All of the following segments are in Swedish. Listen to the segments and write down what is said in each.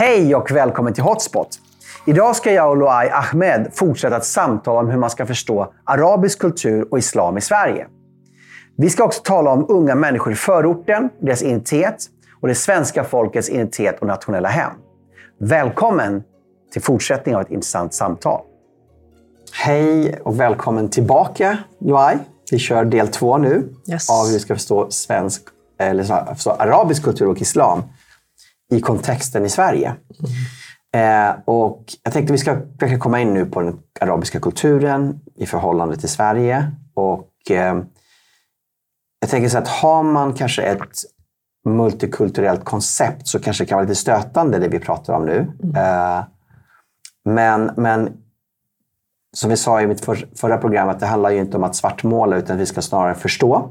Hej och välkommen till Hotspot. Idag ska jag och Luay Ahmed fortsätta att samtala om hur man ska förstå arabisk kultur och islam i Sverige. Vi ska också tala om unga människor i förorten, deras identitet och det svenska folkets identitet och nationella hem. Välkommen till fortsättningen av ett intressant samtal. Hej och välkommen tillbaka, Luay. Vi kör del 2 nu av hur vi ska förstå arabisk kultur och islam i kontexten i Sverige. Och jag tänkte att vi ska verkligen komma in nu på den arabiska kulturen i förhållande till Sverige. Och jag tänker så att har man kanske ett multikulturellt koncept så kanske det kan vara lite stötande det vi pratar om nu. Men som vi sa i mitt förra program, att det handlar ju inte om att svartmåla utan vi ska snarare förstå.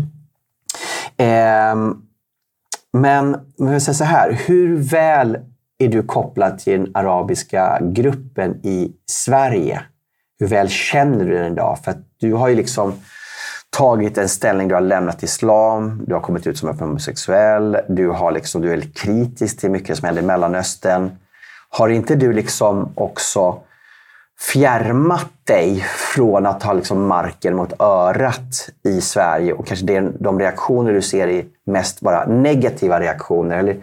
Men jag säger så här, hur väl är du kopplad till den arabiska gruppen i Sverige? Hur väl känner du den idag? För att du har ju liksom tagit en ställning, du har lämnat islam, du har kommit ut som en homosexuell, du är kritisk till mycket som händer i Mellanöstern. Har inte du liksom också fjärmat dig från att ha liksom marken mot örat i Sverige och kanske de reaktioner du ser är mest bara negativa reaktioner? Eller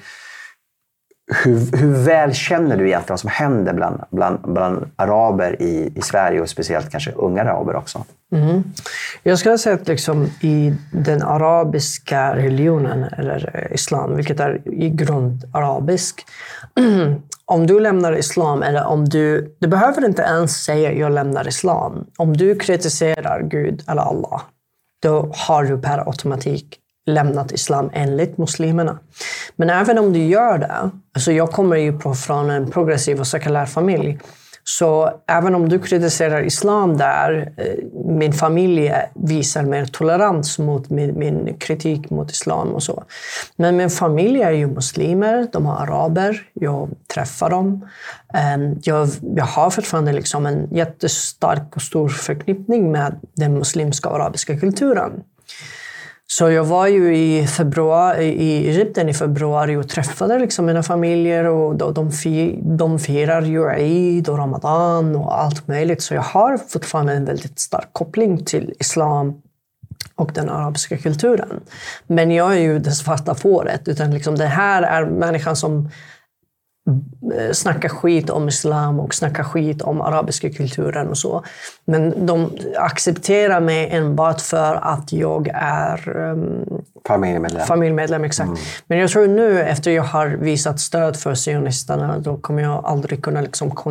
hur väl känner du egentligen vad som händer bland araber i Sverige och speciellt kanske unga araber också? Jag skulle säga att liksom i den arabiska religionen eller islam, vilket är i grund arabisk, om du lämnar islam eller om du behöver inte ens säga jag lämnar islam. Om du kritiserar Gud eller Allah, då har du per automatik lämnat islam enligt muslimerna. Men även om du gör det, alltså jag kommer ju från en progressiv och sekulär familj, så även om du kritiserar islam där, min familj visar mer tolerans mot min kritik mot islam och så. Men min familj är ju muslimer, de är araber, jag träffar dem. Jag har fortfarande liksom en jättestark och stor förknippning med den muslimska och arabiska kulturen. Så jag var ju i Egypten i februari och träffade liksom mina familjer och de firar ju Eid och Ramadan och allt möjligt. Så jag har fortfarande en väldigt stark koppling till islam och den arabiska kulturen. Men jag är ju det svarta fåret, utan liksom det här är människan som snackar skit om islam och snackar skit om arabiska kulturen och så. Men de accepterar mig enbart för att jag är familjemedlem, exakt. Men jag tror nu, efter jag har visat stöd för sionisterna, då kommer jag aldrig kunna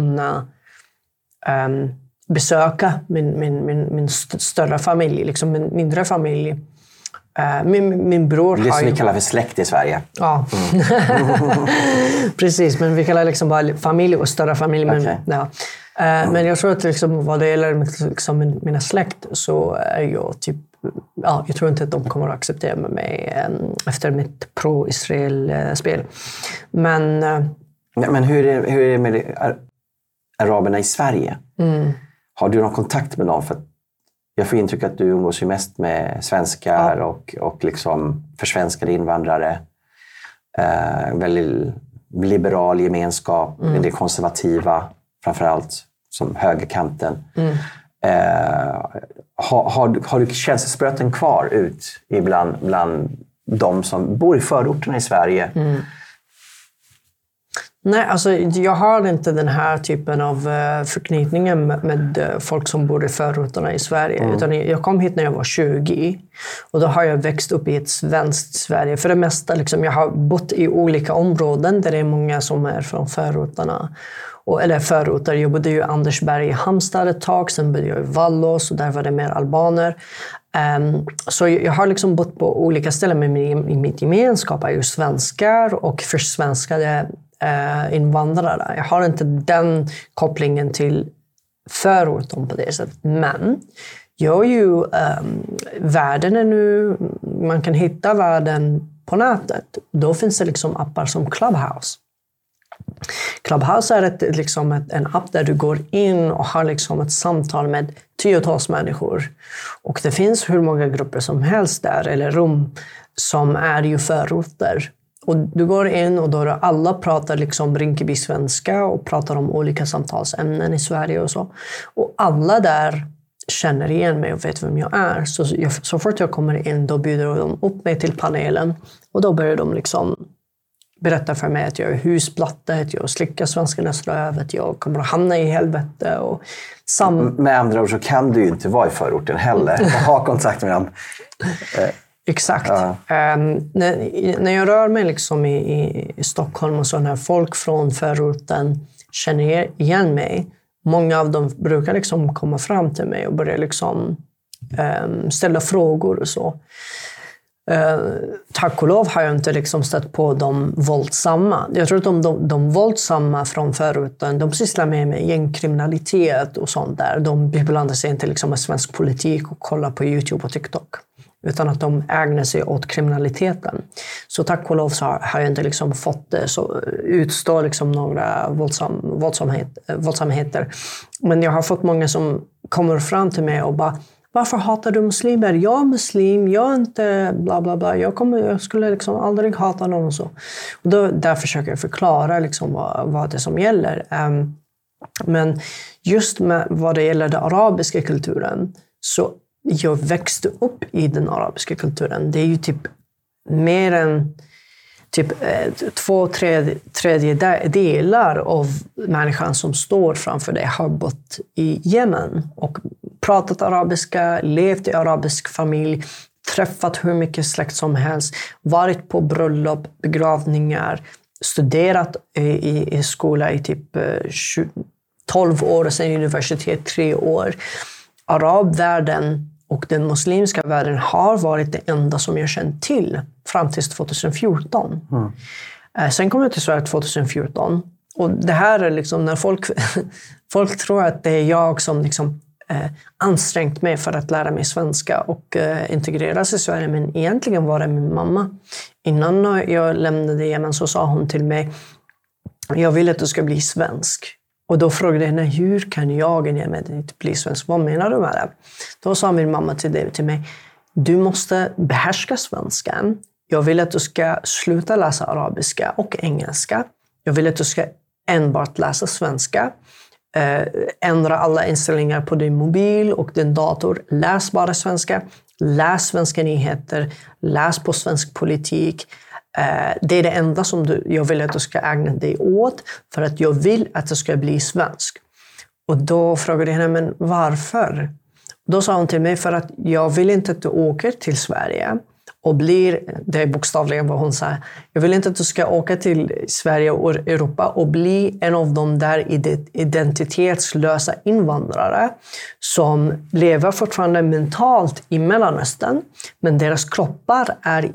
besöka min större familj, liksom min mindre familj. Min bror det som vi kallar för släkt i Sverige. Ja, precis. Men vi kallar liksom bara familj och större familj. Men, ja. Men jag tror att liksom, vad det gäller liksom, mina släkt så är jag typ... Ja, jag tror inte att de kommer att acceptera mig efter mitt pro-Israel-spel. Men hur är det med araberna i Sverige? Har du någon kontakt med dem? För jag får intryck att du umgås ju mest med svenskar och liksom försvenskade invandrare. Väldigt liberal gemenskap, det är konservativa, framförallt som högerkanten. Har du känselspröten kvar ut bland de som bor i förorterna i Sverige? Nej, alltså jag har inte den här typen av förknytningen med folk som bor i förorterna i Sverige. Utan jag kom hit när jag var 20 och då har jag växt upp i ett svenskt Sverige. För det mesta, liksom, jag har bott i olika områden där det är många som är från förorterna. Eller förorter. Jag bodde i Andersberg i Halmstad ett tag, sen bodde jag i Vallås och där var det mer albaner. Så jag har liksom bott på olika ställen, men i mitt gemenskap är ju svenskar och försvenskade invandrare. Jag har inte den kopplingen till förorten på det sättet. Men jag är ju världen är nu, man kan hitta världen på nätet. Då finns det liksom appar som Clubhouse. Clubhouse är en app där du går in och har liksom ett samtal med tiotals människor. Och det finns hur många grupper som helst där, eller rum som är ju förorter. Och du går in och då alla pratar liksom Rinkeby-svenska och pratar om olika samtalsämnen i Sverige och så. Och alla där känner igen mig och vet vem jag är. Så fort jag kommer in då bjuder de upp mig till panelen. Och då börjar de liksom berätta för mig att jag är husplatta, att jag slickar svenskarnas röv, att jag kommer att hamna i helvete. Och med andra ord så kan du ju inte vara i förorten heller och ha kontakt med dem. Exakt. Ja. När jag rör mig liksom i Stockholm och så när folk från förorten känner igen mig, många av dem brukar liksom komma fram till mig och börja liksom, ställa frågor och så. Tack och lov har jag inte liksom stött på de våldsamma. Jag tror att de våldsamma från förorten, de sysslar med gängkriminalitet och sånt där. De blandar sig inte liksom med svensk politik och kollar på YouTube och TikTok. Utan att de ägnar sig åt kriminaliteten. Så tack och lov så har jag inte liksom fått utstå liksom några våldsamheter. Men jag har fått många som kommer fram till mig och bara: varför hatar du muslimer? Jag är muslim, jag är inte bla bla bla. Jag skulle liksom aldrig hata någon och så. Och där försöker jag förklara liksom vad det som gäller. Men just med vad det gäller den arabiska kulturen, så jag växte upp i den arabiska kulturen. Det är ju typ mer än typ 2/3 delar av människan som står framför dig har bott i Yemen och pratat arabiska, levt i arabisk familj, träffat hur mycket släkt som helst, varit på bröllop, begravningar, studerat i skola i typ 12 år och sen universitet 3 år. Arabvärlden och den muslimska världen har varit det enda som jag känt till fram till 2014. Sen kom jag till Sverige 2014. Och det här är liksom när folk tror att det är jag som liksom, ansträngt mig för att lära mig svenska och integreras i Sverige. Men egentligen var det min mamma. Innan jag lämnade Yemen så sa hon till mig: jag vill att du ska bli svensk. Och då frågade jag henne: hur kan jag i Yemen bli svensk? Vad menar du med det? Då sa min mamma till mig: du måste behärska svenskan. Jag vill att du ska sluta läsa arabiska och engelska. Jag vill att du ska enbart läsa svenska. Ändra alla inställningar på din mobil och din dator. Läs bara svenska. Läs svenska nyheter. Läs på svensk politik. Det är det enda som jag vill att du ska ägna dig åt, för att jag vill att du ska bli svensk. Och då frågade jag henne: men varför? Då sa hon till mig: för att jag vill inte att du åker till Sverige och blir, det är bokstavligen vad hon sa, jag vill inte att du ska åka till Sverige och Europa och bli en av de där identitetslösa invandrare som lever fortfarande mentalt i Mellanöstern, men deras kroppar är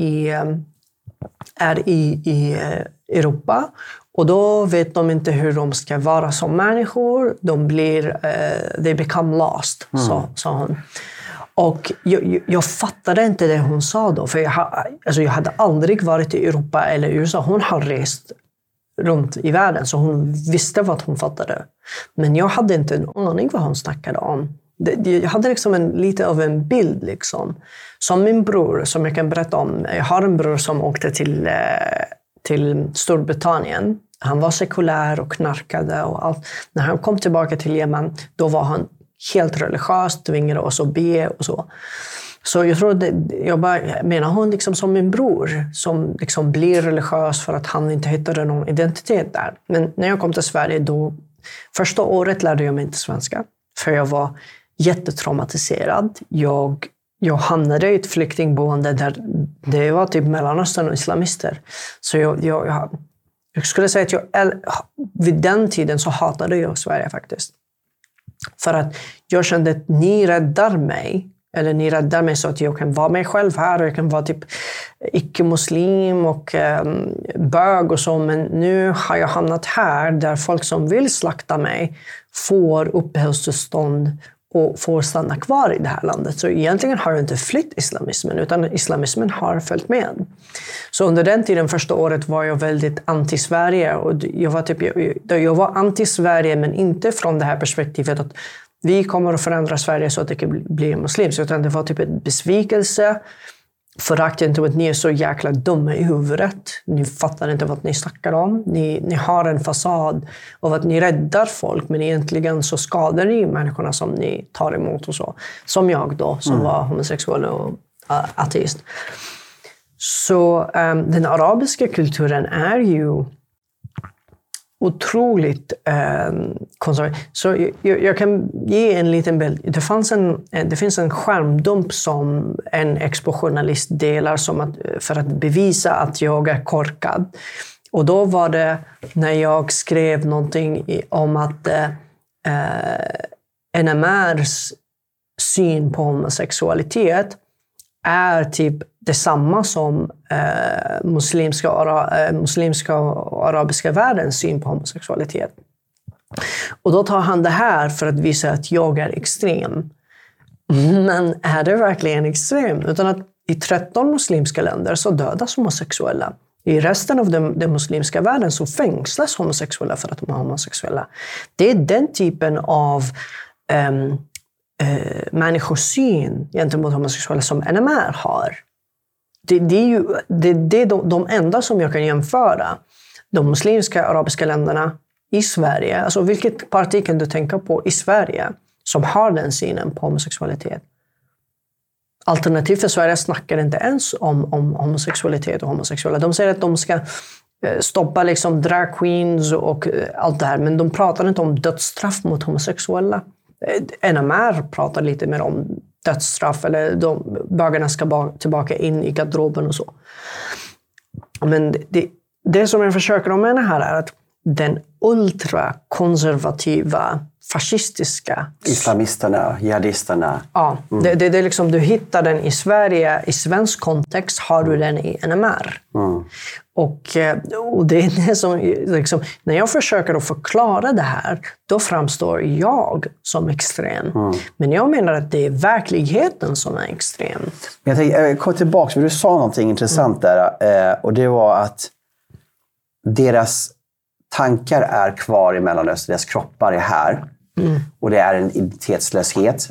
i Europa. Och då vet de inte hur de ska vara som människor. They become lost, sa hon. Och jag fattade inte det hon sa då. För jag hade aldrig varit i Europa eller USA. Hon har rest runt i världen, så hon visste vad hon fattade. Men jag hade inte en aning vad hon snackade om. Jag hade liksom lite av en bild liksom. Som min bror, som jag kan berätta om. Jag har en bror som åkte till Storbritannien. Han var sekulär och knarkade och allt. När han kom tillbaka till Yemen, då var han helt religiös, tvingade oss att be och så. Så jag tror menar hon liksom som min bror som liksom blir religiös för att han inte hittade någon identitet där. Men när jag kom till Sverige då, första året lärde jag mig inte svenska. För jag var jättetraumatiserad. Jag hamnade i ett flyktingboende där det var typ Mellanöstern och islamister. Så jag skulle säga att vid den tiden så hatade jag Sverige faktiskt. För att jag kände att ni räddar mig så att jag kan vara mig själv här och jag kan vara typ icke-muslim och bög och så. Men nu har jag hamnat här där folk som vill slakta mig får uppehållstillstånd och får stanna kvar i det här landet. Så egentligen har jag inte flytt islamismen, utan islamismen har följt med. Så under den tiden, första året, var jag väldigt anti-Sverige. Och jag var anti-Sverige, men inte från det här perspektivet att vi kommer att förändra Sverige så att det blir muslims. Utan det var typ en besvikelse förakt gentemot ni är så jäkla dumma i huvudet. Ni fattar inte vad ni snackar om. Ni har en fasad av att ni räddar folk, men egentligen så skadar ni människorna som ni tar emot och så. Som jag då, som var homosexuell och ateist. Så den arabiska kulturen är ju otroligt konservativ. Så jag kan ge en liten bild. Det finns en skärmdump som en Expo-journalist delar för att bevisa att jag är korkad. Och då var det när jag skrev någonting om att NMRs syn på homosexualitet är typ detsamma som muslimska och arabiska världens syn på homosexualitet. Och då tar han det här för att visa att jag är extrem. Men är det verkligen extrem? Utan att i 13 muslimska länder så dödas homosexuella. I resten av den muslimska världen så fängslas homosexuella för att de är homosexuella. Det är den typen av människosyn gentemot homosexuella som NMR har. Det är de enda som jag kan jämföra. De muslimska arabiska länderna i Sverige. Alltså vilket parti kan du tänka på i Sverige som har den synen på homosexualitet? Alternativt för Sverige snackar inte ens om homosexualitet och homosexuella. De säger att de ska stoppa liksom drag queens och allt det här. Men de pratar inte om dödsstraff mot homosexuella. NMR pratar lite mer om dödsstraff eller bögarna ska tillbaka in i garderoben och så. Men det som jag försöker att mena här är att den ultrakonservativa fascistiska islamisterna, jihadisterna. Ja, det är liksom, du hittar den i Sverige, i svensk kontext har du den i NMR. Och det är det som liksom, när jag försöker att förklara det här, då framstår jag som extrem. Men jag menar att det är verkligheten som är extrem. Jag kom tillbaka, för du sa någonting intressant där, och det var att deras tankar är kvar i Mellanöstern, deras kroppar är här. Och det är en identitetslöshet.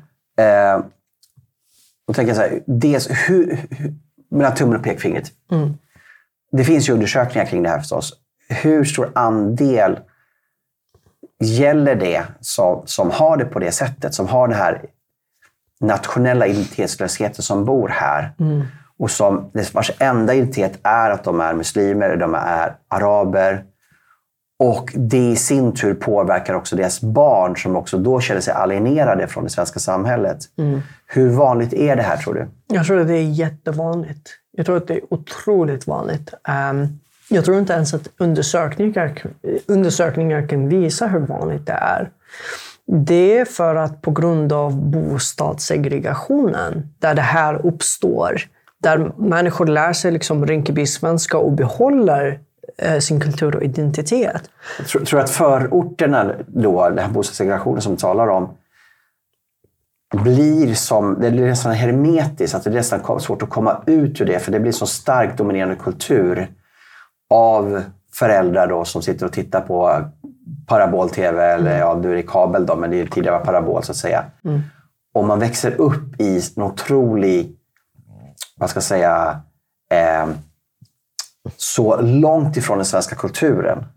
Och tänker jag så här, dels mellan tummen och pekfingret. Det finns ju undersökningar kring det här förstås. Hur stor andel gäller det som har det på det sättet, som har den här nationella identitetslösheten, som bor här och som vars enda identitet är att de är muslimer, de är araber. Och det i sin tur påverkar också deras barn, som också då känner sig alienerade från det svenska samhället. Hur vanligt är det här, tror du? Jag tror att det är jättevanligt. Jag tror att det är otroligt vanligt. Jag tror inte ens att undersökningar kan visa hur vanligt det är. Det är för att på grund av bostadssegregationen, där det här uppstår, där människor lär sig liksom Rinkeby-svenska och behåller sin kultur och identitet. Jag tror att förorterna då, den här bostadssegregationen som vi talar om, blir som, det blir nästan hermetiskt, att det är nästan svårt att komma ut ur det, för det blir så starkt dominerande kultur av föräldrar då som sitter och tittar på parabol-tv, eller ja, du är i kabel då, men det är tidigare var parabol så att säga. Och man växer upp i en otrolig, vad ska jag säga, så långt ifrån den svenska kulturen.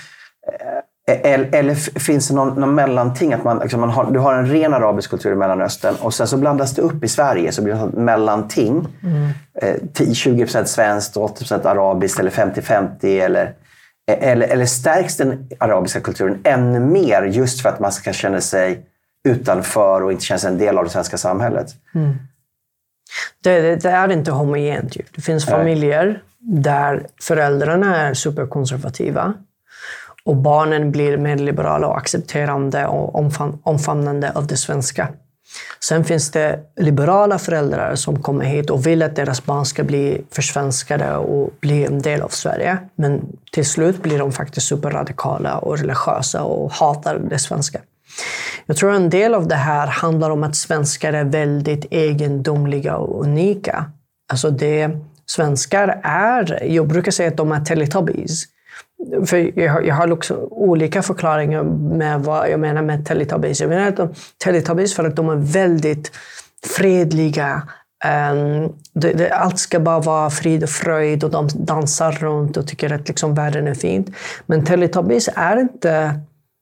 Eller finns det någon mellanting, att du har en ren arabisk kultur i Mellanöstern och sen så blandas det upp i Sverige, så blir det ett mellanting. 20% svenskt och 80% arabiskt, eller 50-50, eller stärks den arabiska kulturen ännu mer just för att man ska känna sig utanför och inte känna sig en del av det svenska samhället? Det är inte homogent. Det finns familjer där föräldrarna är superkonservativa och barnen blir mer liberala och accepterande och omfamnande av det svenska. Sen finns det liberala föräldrar som kommer hit och vill att deras barn ska bli försvenskade och bli en del av Sverige. Men till slut blir de faktiskt superradikala och religiösa och hatar det svenska. Jag tror en del av det här handlar om att svenskar är väldigt egendomliga och unika. Alltså svenskar är, jag brukar säga att de är Teletubbies. För jag har också olika förklaringar med vad jag menar med Teletubbies. Jag menar att Teletubbies för att de är väldigt fredliga, Allt ska bara vara frid och fröjd och de dansar runt och tycker att liksom världen är fint. Men Teletubbies är inte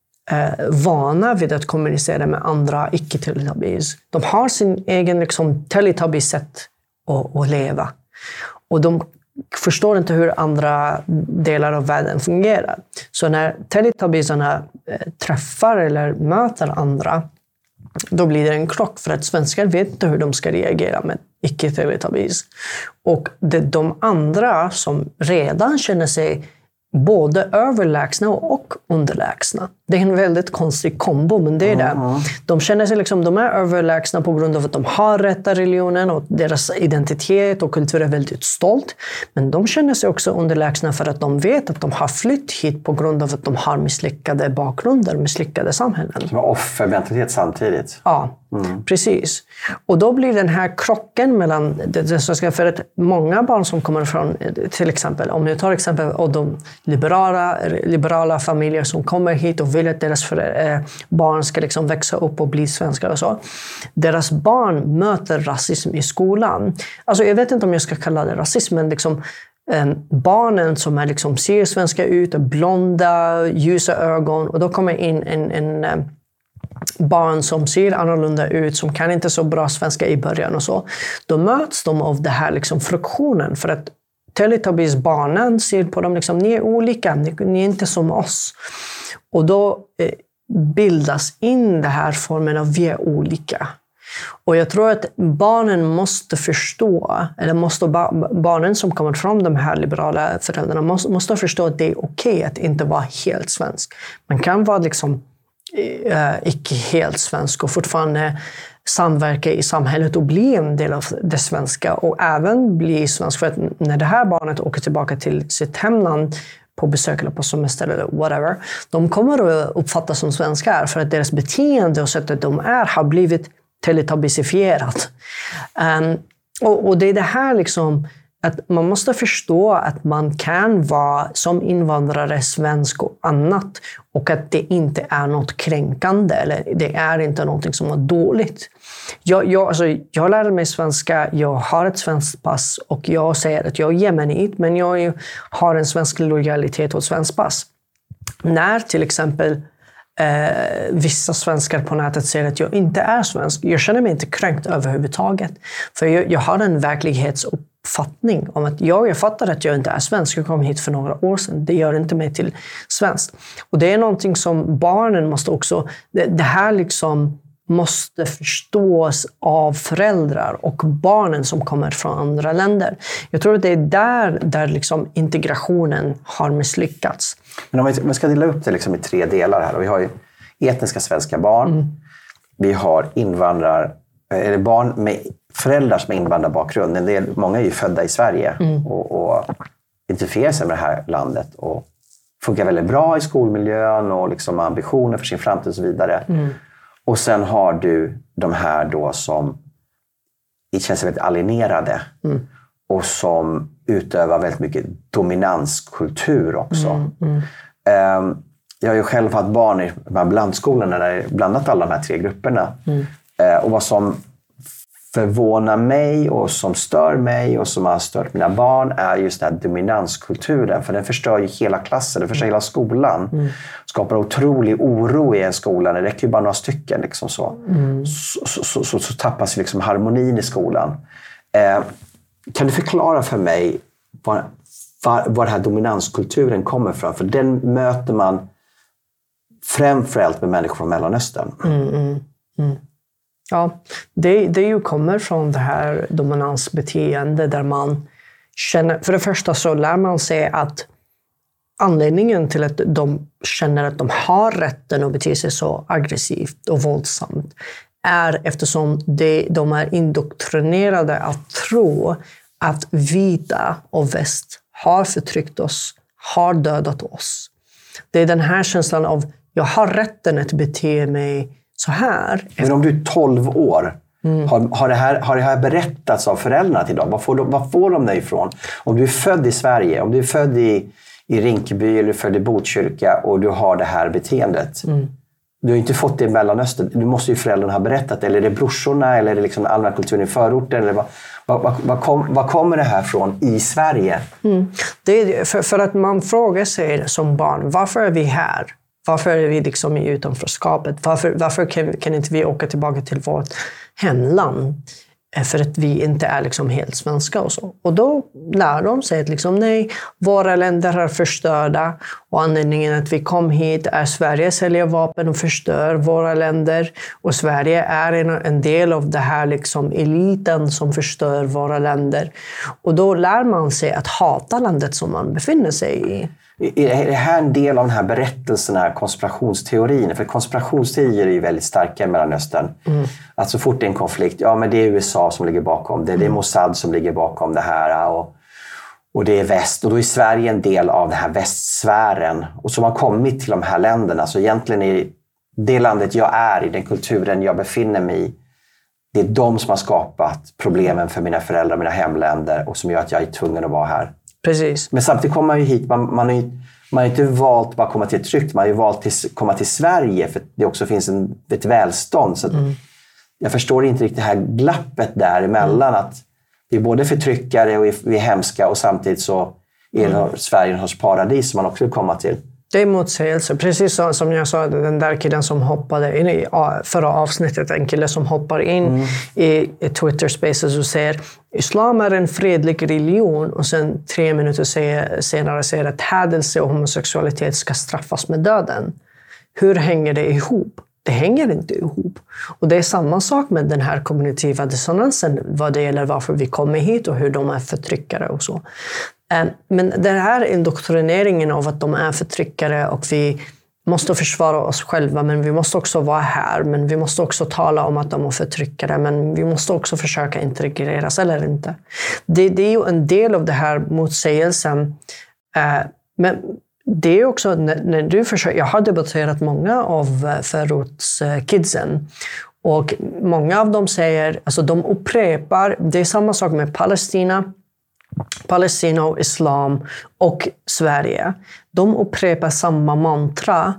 vana vid att kommunicera med andra icke-Teletubbies. De har sin egen liksom, Teletubbies-sätt att leva. Och de förstår inte hur andra delar av världen fungerar. Så när Teletubbiesarna träffar eller möter andra, då blir det en krock för att svenskar vet inte hur de ska reagera med icke-Teletubbies. Och de andra som redan känner sig både överlägsna och underlägsna. Det är en väldigt konstig kombo, men det är det. De känner sig liksom, de är överlägsna på grund av att de har rätta religionen och deras identitet och kultur är väldigt stolt. Men de känner sig också underlägsna för att de vet att de har flytt hit på grund av att de har misslyckade bakgrunder, misslyckade samhällen. Som har offermentalitet samtidigt. Ja, precis. Och då blir den här krocken mellan det svenska, för att många barn som kommer från, till exempel, om ni tar exempel av de liberala familjer som kommer hit och vill att deras barn ska liksom växa upp och bli svenskar och så. Deras barn möter rasism i skolan. Alltså jag vet inte om jag ska kalla det rasism, men liksom barnen som är liksom, ser svenska ut, är blonda, ljusa ögon, och då kommer in en barn som ser annorlunda ut, som kan inte så bra svenska i början och så. Då möts de av det här liksom friktionen, för att Teletubbies barnen ser på dem liksom, ni är olika, ni är inte som oss. Och då bildas in den här formen av vi är olika. Och jag tror att barnen måste förstå, eller barnen som kommer från de här liberala föräldrarna måste förstå att det är okej att inte vara helt svensk. Man kan vara liksom icke helt svensk och fortfarande samverka i samhället och bli en del av det svenska och även bli svensk. För att när det här barnet åker tillbaka till sitt hemland på besök eller på semester eller whatever, de kommer att uppfattas som svenskar för att deras beteende och sättet de är har blivit teletubbiesifierat. Och det är det här liksom, att man måste förstå att man kan vara som invandrare svensk och annat, och att det inte är något kränkande eller det är inte någonting som är dåligt. Jag lärde mig svenska, jag har ett svenskt pass och jag säger att jag är jemenit, men jag har en svensk lojalitet och ett svenskt pass. När till exempel vissa svenskar på nätet säger att jag inte är svensk, jag känner mig inte kränkt överhuvudtaget. För jag har en verklighetsuppfattning om att jag fattar att jag inte är svensk. Jag kom hit för några år sedan. Det gör inte mig till svensk. Och det är någonting som barnen måste också, det här liksom måste förstås av föräldrar och barnen som kommer från andra länder. Jag tror att det är där liksom integrationen har misslyckats. Men om vi ska dela upp det liksom i 3 delar här. Vi har ju etniska svenska barn. Vi har eller barn med föräldrar som har invandrarbakgrund. Många är ju födda i Sverige och identifierar sig med det här landet och funkar väldigt bra i skolmiljön och liksom ambitioner för sin framtid och så vidare. Och sen har du de här då som känns väldigt alienerade och som utövar väldigt mycket dominanskultur också. Jag har ju själv haft barn i de här blandskolorna där jag blandat alla de här 3 grupperna. Och vad som förvånar mig och som stör mig och som har stört mina barn är just den här dominanskulturen. För den förstör ju hela klassen, den förstör hela skolan. Skapar otrolig oro i en skola. Det räcker ju bara några stycken. Liksom så tappas liksom harmonin i skolan. Kan du förklara för mig var den här dominanskulturen kommer från? För den möter man framförallt med människor från Mellanöstern. Ja, det ju kommer från det här dominansbeteende där man känner, för det första så lär man sig att anledningen till att de känner att de har rätten att bete sig så aggressivt och våldsamt är eftersom de är indoktrinerade att tro att vita och väst har förtryckt oss, har dödat oss. Det är den här känslan av jag har rätten att bete mig så här. Men om du är 12 år, har det här berättats av föräldrarna till dem? Vad får de dig ifrån? Om du är född i Sverige, om du är född i Rinkeby eller född i Botkyrka och du har det här beteendet. Du har ju inte fått det i Mellanöstern. Du måste ju föräldrarna ha berättat. Eller är det brorsorna? Eller är det liksom allmänna kulturen i förorten? Eller vad kommer det här från i Sverige? Det är för att man frågar sig som barn, varför är vi här? Varför är vi liksom i utanförskapet? Varför kan inte vi åka tillbaka till vårt hemland? För att vi inte är liksom helt svenska och så. Och då lär de sig att liksom, nej, våra länder är förstörda. Och anledningen att vi kom hit är Sverige säljer vapen och förstör våra länder. Och Sverige är en del av det här liksom eliten som förstör våra länder. Och då lär man sig att hata landet som man befinner sig i. Är det här en del av den här berättelsen, här konspirationsteorin? För konspirationsteorier är ju väldigt starka i Mellanöstern. Att så fort det är en konflikt, ja men det är USA som ligger bakom det. Det är Mossad som ligger bakom det här. Och det är väst. Och då är Sverige en del av den här västsfären. Och som har kommit till de här länderna. Så egentligen är det landet jag är i, den kulturen jag befinner mig i. Det är de som har skapat problemen för mina föräldrar och mina hemländer. Och som gör att jag är tvungen att vara här. Precis. Men samtidigt kommer man ju hit, man har inte valt att bara komma till ett tryck, man har ju valt att komma till Sverige för att det också finns ett välstånd. Så jag förstår inte riktigt det här glappet däremellan, att vi är både förtryckare och vi är hemska och samtidigt så är Sverige en sorts paradis som man också vill komma till. Det är motsägelse. Precis som jag sa, den där killen som hoppade in i förra avsnittet, en kille som hoppar in i Twitter Spaces och säger islam är en fredlig religion och sen 3 minuter senare säger att hädelse och homosexualitet ska straffas med döden. Hur hänger det ihop? Det hänger inte ihop. Och det är samma sak med den här kognitiva dissonansen vad det gäller varför vi kommer hit och hur de är förtryckare och så. Men den här indoktrineringen av att de är förtryckare och vi måste försvara oss själva, men vi måste också vara här, men vi måste också tala om att de är förtryckare, men vi måste också försöka integreras eller inte. Det är ju en del av det här motsägelsen. Men det är också när du försöker, jag har debatterat många av förortskidsen och många av dem säger, alltså de upprepar, det är samma sak med Palestina och islam och Sverige. De upprepar samma mantra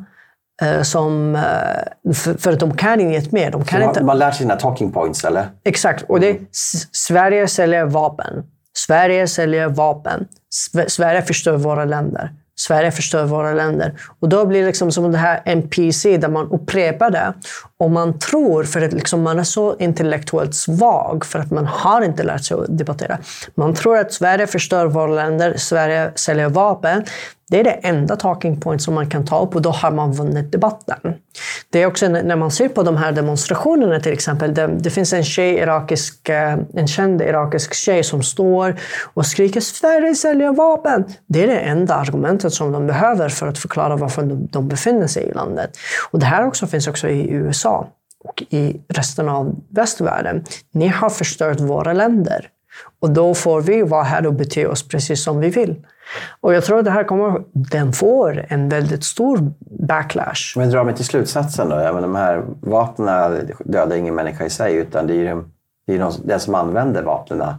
för att de kan inget mer. De kan inte... Man lär sig sina talking points, eller? Exakt. Och det är Sverige säljer vapen. Sverige säljer vapen. Sverige förstör våra länder. Sverige förstör våra länder. Och då blir det liksom som det här NPC där man upprepar det. Och man tror, för att liksom man är så intellektuellt svag för att man har inte lärt sig att debattera. Man tror att Sverige förstör våra länder, Sverige säljer vapen. Det är det enda talking point som man kan ta upp och då har man vunnit debatten. Det är också när man ser på de här demonstrationerna till exempel. Det finns en känd irakisk tjej som står och skriker Sverige säljer vapen. Det är det enda argumentet som de behöver för att förklara varför de befinner sig i landet. Och det här också finns också i USA och i resten av västvärlden. Ni har förstört våra länder. Och då får vi vara här och bete oss precis som vi vill. Och jag tror att det här den får en väldigt stor backlash. Men drar mig till slutsatsen då. Ja, men de här vapnen dödar ingen människa i sig, utan det är ju den som använder vapnen.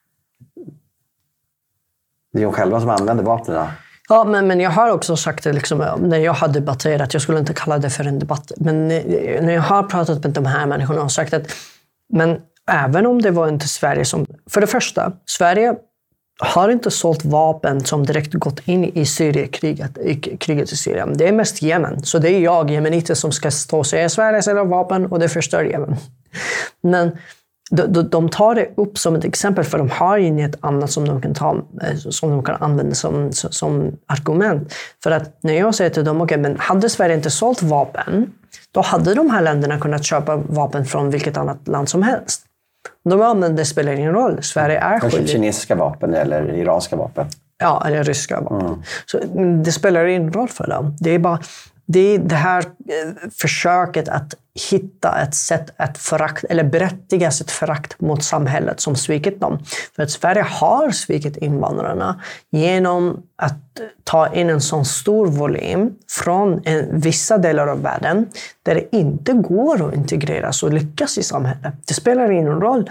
Det är de själva som använder vapnen. Ja, men jag har också sagt det liksom, när jag har debatterat, jag skulle inte kalla det för en debatt, men när jag har pratat med de här människorna och sagt att men även om det var inte Sverige som... För det första, Sverige har inte sålt vapen som direkt gått in i kriget i Syrien. Det är mest Jemen. Så det är jag, jemeniter, som ska stå och säga Sverige säljer vapen och det förstör Jemen. Men de tar det upp som ett exempel för de har inget annat som de kan använda som argument. För att när jag säger till dem, okej, men hade Sverige inte sålt vapen, då hade de här länderna kunnat köpa vapen från vilket annat land som helst. Men det spelar ingen roll. Sverige är skyldig. Kanske kinesiska vapen eller iranska vapen. Ja, eller ryska vapen. Så det spelar ingen roll för dem. Det är det här försöket att hitta ett sätt att berättiga sitt förakt mot samhället som svikit dem. För att Sverige har svikit invandrarna genom att ta in en sån stor volym från vissa delar av världen där det inte går att integreras och lyckas i samhället. Det spelar ingen roll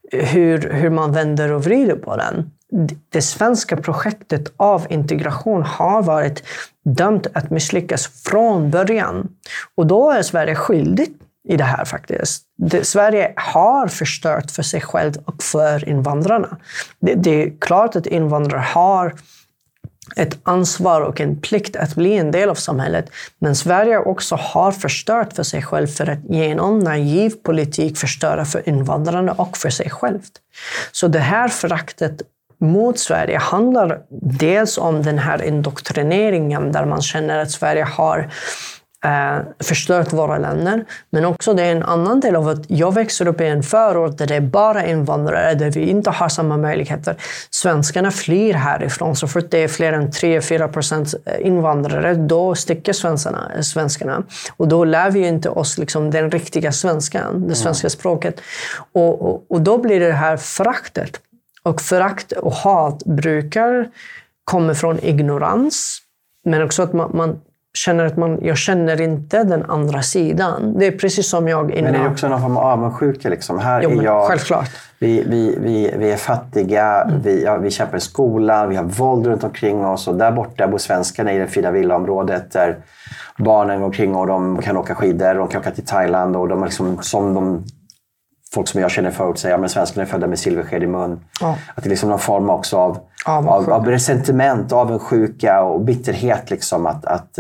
hur man vänder och vrider på den. Det svenska projektet av integration har varit dömt att misslyckas från början. Och då är Sverige skyldigt i det här faktiskt. Sverige har förstört för sig själv och för invandrarna. Det är klart att invandrare har ett ansvar och en plikt att bli en del av samhället. Men Sverige också har förstört för sig själv för att genom naiv politik förstöra för invandrarna och för sig självt. Så det här föraktet mot Sverige handlar dels om den här indoktrineringen där man känner att Sverige har förstört våra länder. Men också det är en annan del av att jag växer upp i en förort där det är bara invandrare, där vi inte har samma möjligheter. Svenskarna flyr härifrån. Så fort det är fler än 3-4% invandrare, då sticker svenskarna. Och då lär vi inte oss liksom den riktiga svenskan, det svenska språket. Och då blir det här föraktet. Och förakt och hat brukar komma från ignorans. Men också att man känner att jag känner inte den andra sidan. Det är precis som jag innan. Men det är också någon form av avundsjuka liksom. Här jo, är jag, självklart. Vi är fattiga, vi kämpar i skolan, vi har våld runt omkring oss och där borta bor svenskarna i det fina villaområdet där barnen går omkring och de kan åka skidor, de kan åka till Thailand och de är liksom folk som jag känner förut säger att svenskarna är födda med silversked i mun. Ja. Att det är liksom någon form också av resentiment, avundsjuka och bitterhet. Liksom, att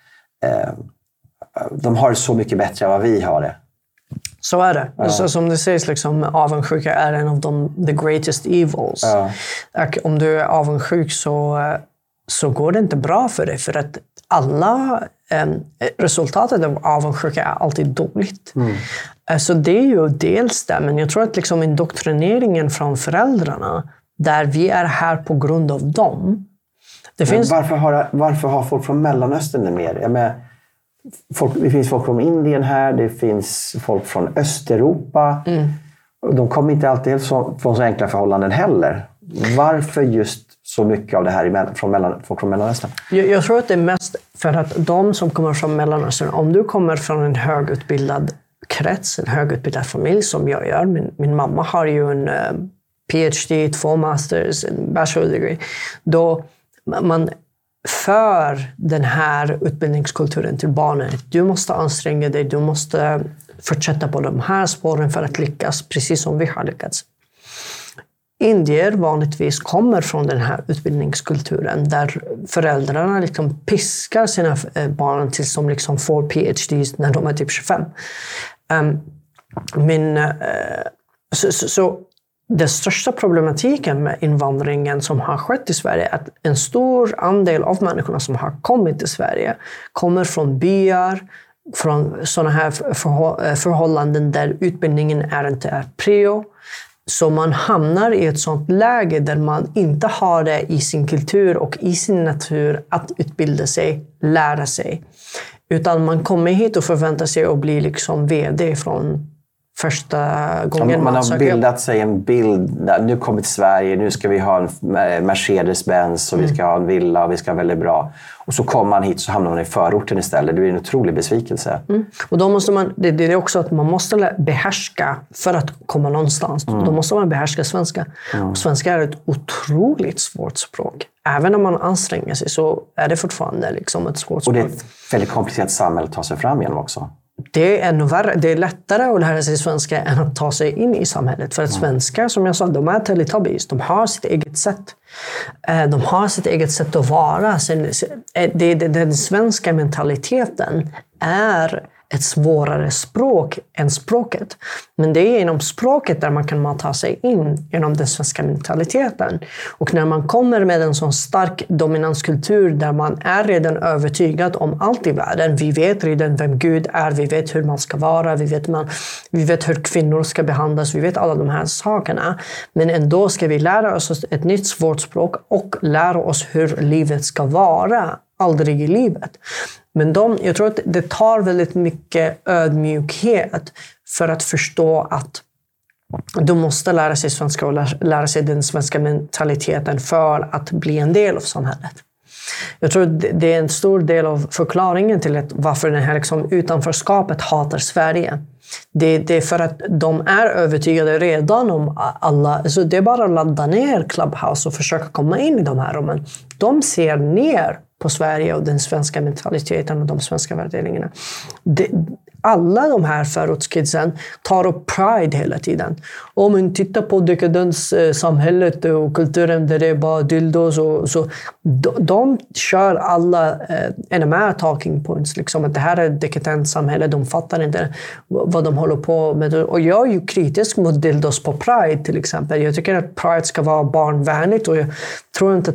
de har det så mycket bättre än vad vi har det. Så är det. Ja. Så, som det sägs, liksom, avundsjuka är en av the greatest evils. Ja. Och om du är avundsjuk så går det inte bra för dig. För att resultatet av avundsjuka är alltid dåligt. Så det är ju dels det, men jag tror att liksom indoktrineringen från föräldrarna, där vi är här på grund av dem. Varför har folk från Mellanöstern det mer? Det finns folk från Indien här, det finns folk från Östeuropa. De kommer inte alltid från så enkla förhållanden heller. Varför just så mycket av det här folk från Mellanöstern? Jag tror att det är mest för att de som kommer från Mellanöstern, om du kommer från en högutbildad krets, en högutbildad familj som jag gör. Min mamma har ju en PhD, 2 masters, en bachelor degree. Då man för den här utbildningskulturen till barnen. Du måste anstränga dig, du måste fortsätta på de här spåren för att lyckas, precis som vi har lyckats. Indier vanligtvis kommer från den här utbildningskulturen där föräldrarna liksom piskar sina barn tills de liksom får PhDs när de är typ 25. Så den största problematiken med invandringen som har skett i Sverige är att en stor andel av människorna som har kommit till Sverige kommer från byar, från sådana här förhållanden där utbildningen inte är prio. Så man hamnar i ett sådant läge där man inte har det i sin kultur och i sin natur att utbilda sig, lära sig. Utan man kommer hit och förväntar sig att bli liksom vd från första gången. Man har bildat sig en bild. Nu kommer till Sverige, nu ska vi ha en Mercedes-Benz och vi ska ha en villa och vi ska ha väldigt bra. Och så kommer man hit så hamnar man i förorten istället. Det är en otrolig besvikelse. Och då måste man, det är också att man måste behärska för att komma någonstans. Då måste man behärska svenska. Och svenska är ett otroligt svårt språk. Även om man anstränger sig så är det fortfarande liksom ett svårt språk. Och det är ett väldigt komplicerat samhälle att ta sig fram genom också. Det är ännu värre. Det är lättare att lära sig svenska än att ta sig in i samhället. För att svenskar, som jag sa, de är teletubbies. De har sitt eget sätt. De har sitt eget sätt att vara. Den svenska mentaliteten är ett svårare språk än språket. Men det är genom språket där man kan ta sig in genom den svenska mentaliteten. Och när man kommer med en sån stark dominanskultur där man är redan övertygad om allt i världen. Vi vet redan vem Gud är, vi vet hur man ska vara, vi vet hur kvinnor ska behandlas, vi vet alla de här sakerna. Men ändå ska vi lära oss ett nytt svårt språk och lära oss hur livet ska vara. Aldrig i livet. Men jag tror att det tar väldigt mycket ödmjukhet för att förstå att du måste lära sig svenska och lära sig den svenska mentaliteten för att bli en del av samhället. Jag tror att det är en stor del av förklaringen till varför det här liksom utanförskapet hatar Sverige. Det är för att de är övertygade redan om alla. Så det är bara att ladda ner Clubhouse och försöka komma in i de här rummen. De ser ner på Sverige och den svenska mentaliteten och de svenska värderingarna. Alla de här förortskidsen tar upp pride hela tiden. Om man tittar på dekadenssamhället och kulturen där det är bara dildos. Så de kör alla NMR talking points. Liksom att det här är ett dekadent samhälle. De fattar inte vad de håller på med. Och jag är ju kritisk mot dildos på pride till exempel. Jag tycker att pride ska vara barnvänligt. Och jag tror inte att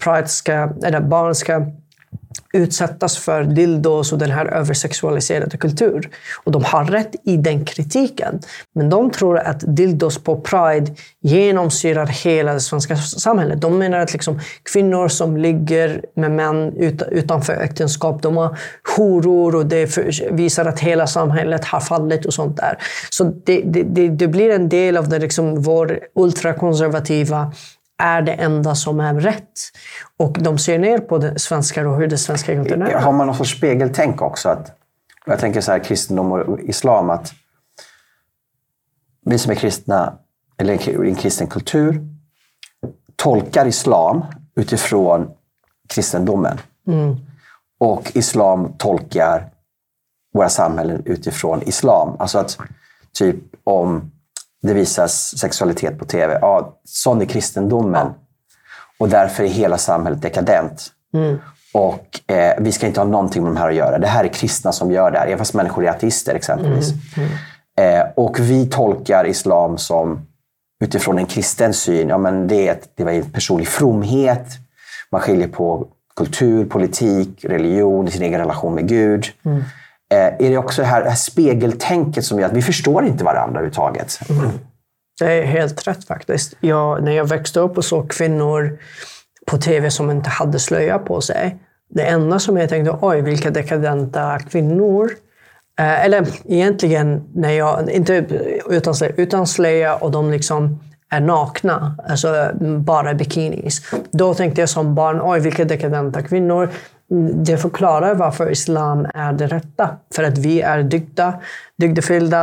barn ska utsättas för dildos och den här översexualiserade kultur. Och de har rätt i den kritiken. Men de tror att dildos på pride genomsyrar hela det svenska samhället. De menar att liksom kvinnor som ligger med män utanför äktenskap, de har horor och det visar att hela samhället har fallit och sånt där. Så det blir en del av det, liksom, vår ultrakonservativa är det enda som är rätt. Och de ser ner på det svenska och hur det svenska kulturen är. Har man någon sorts spegeltänk också? Jag tänker så här, kristendom och islam, att vi som är kristna, eller i en kristen kultur, tolkar islam utifrån kristendomen. Och islam tolkar våra samhällen utifrån islam. Alltså att typ om det visas sexualitet på tv. Ja, sån är kristendomen. Ja. Och därför är hela samhället dekadent. Och vi ska inte ha någonting med de här att göra. Det här är kristna som gör det här. Även fast människor är ateister exempelvis. Och vi tolkar islam som utifrån en kristen syn. Ja, men det var en personlig fromhet. Man skiljer på kultur, politik, religion, sin egen relation med Gud. Är det också det här spegeltänket som gör att vi förstår inte varandra överhuvudtaget? Det är helt rätt faktiskt. När jag växte upp och såg kvinnor på tv som inte hade slöja på sig. Det enda som jag tänkte, oj vilka dekadenta kvinnor. Eller egentligen, när jag inte utan slöja och de liksom är nakna, alltså bara bikinis. Då tänkte jag som barn, oj vilka dekadenta kvinnor. Det förklarar varför islam är det rätta. För att vi är dygdefyllda,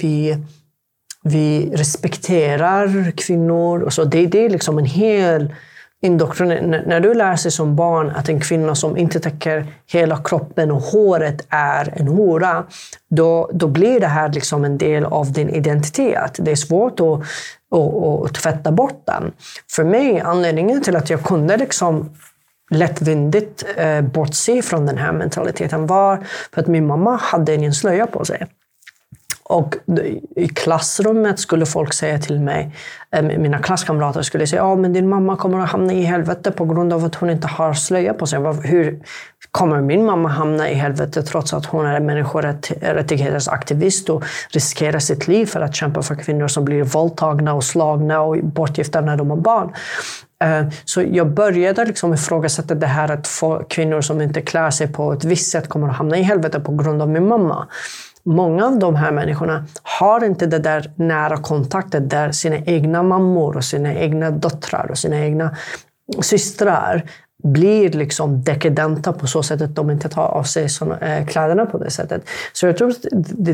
vi respekterar kvinnor. Och så. Det är liksom en hel indoktrinering. När du lär sig som barn att en kvinna som inte täcker hela kroppen och håret är en hora, då blir det här liksom en del av din identitet. Det är svårt att tvätta bort den. För mig, anledningen till att jag kunde liksom lättvindigt bortse från den här mentaliteten var för att min mamma hade ingen slöja på sig. Och i klassrummet skulle folk säga till mig, mina klasskamrater skulle säga, ja men din mamma kommer att hamna i helvete på grund av att hon inte har slöja på sig. Hur kommer min mamma hamna i helvete trots att hon är en människorättighetsaktivist och riskerar sitt liv för att kämpa för kvinnor som blir våldtagna och slagna och bortgifta när de har barn? Så jag började liksom ifrågasätta det här att kvinnor som inte klär sig på ett visst sätt kommer att hamna i helvete på grund av min mamma. Många av de här människorna har inte det där nära kontakten där sina egna mammor och sina egna döttrar och sina egna systrar blir liksom dekadenta på så sätt att de inte tar av sig kläderna på det sättet. Så jag tror att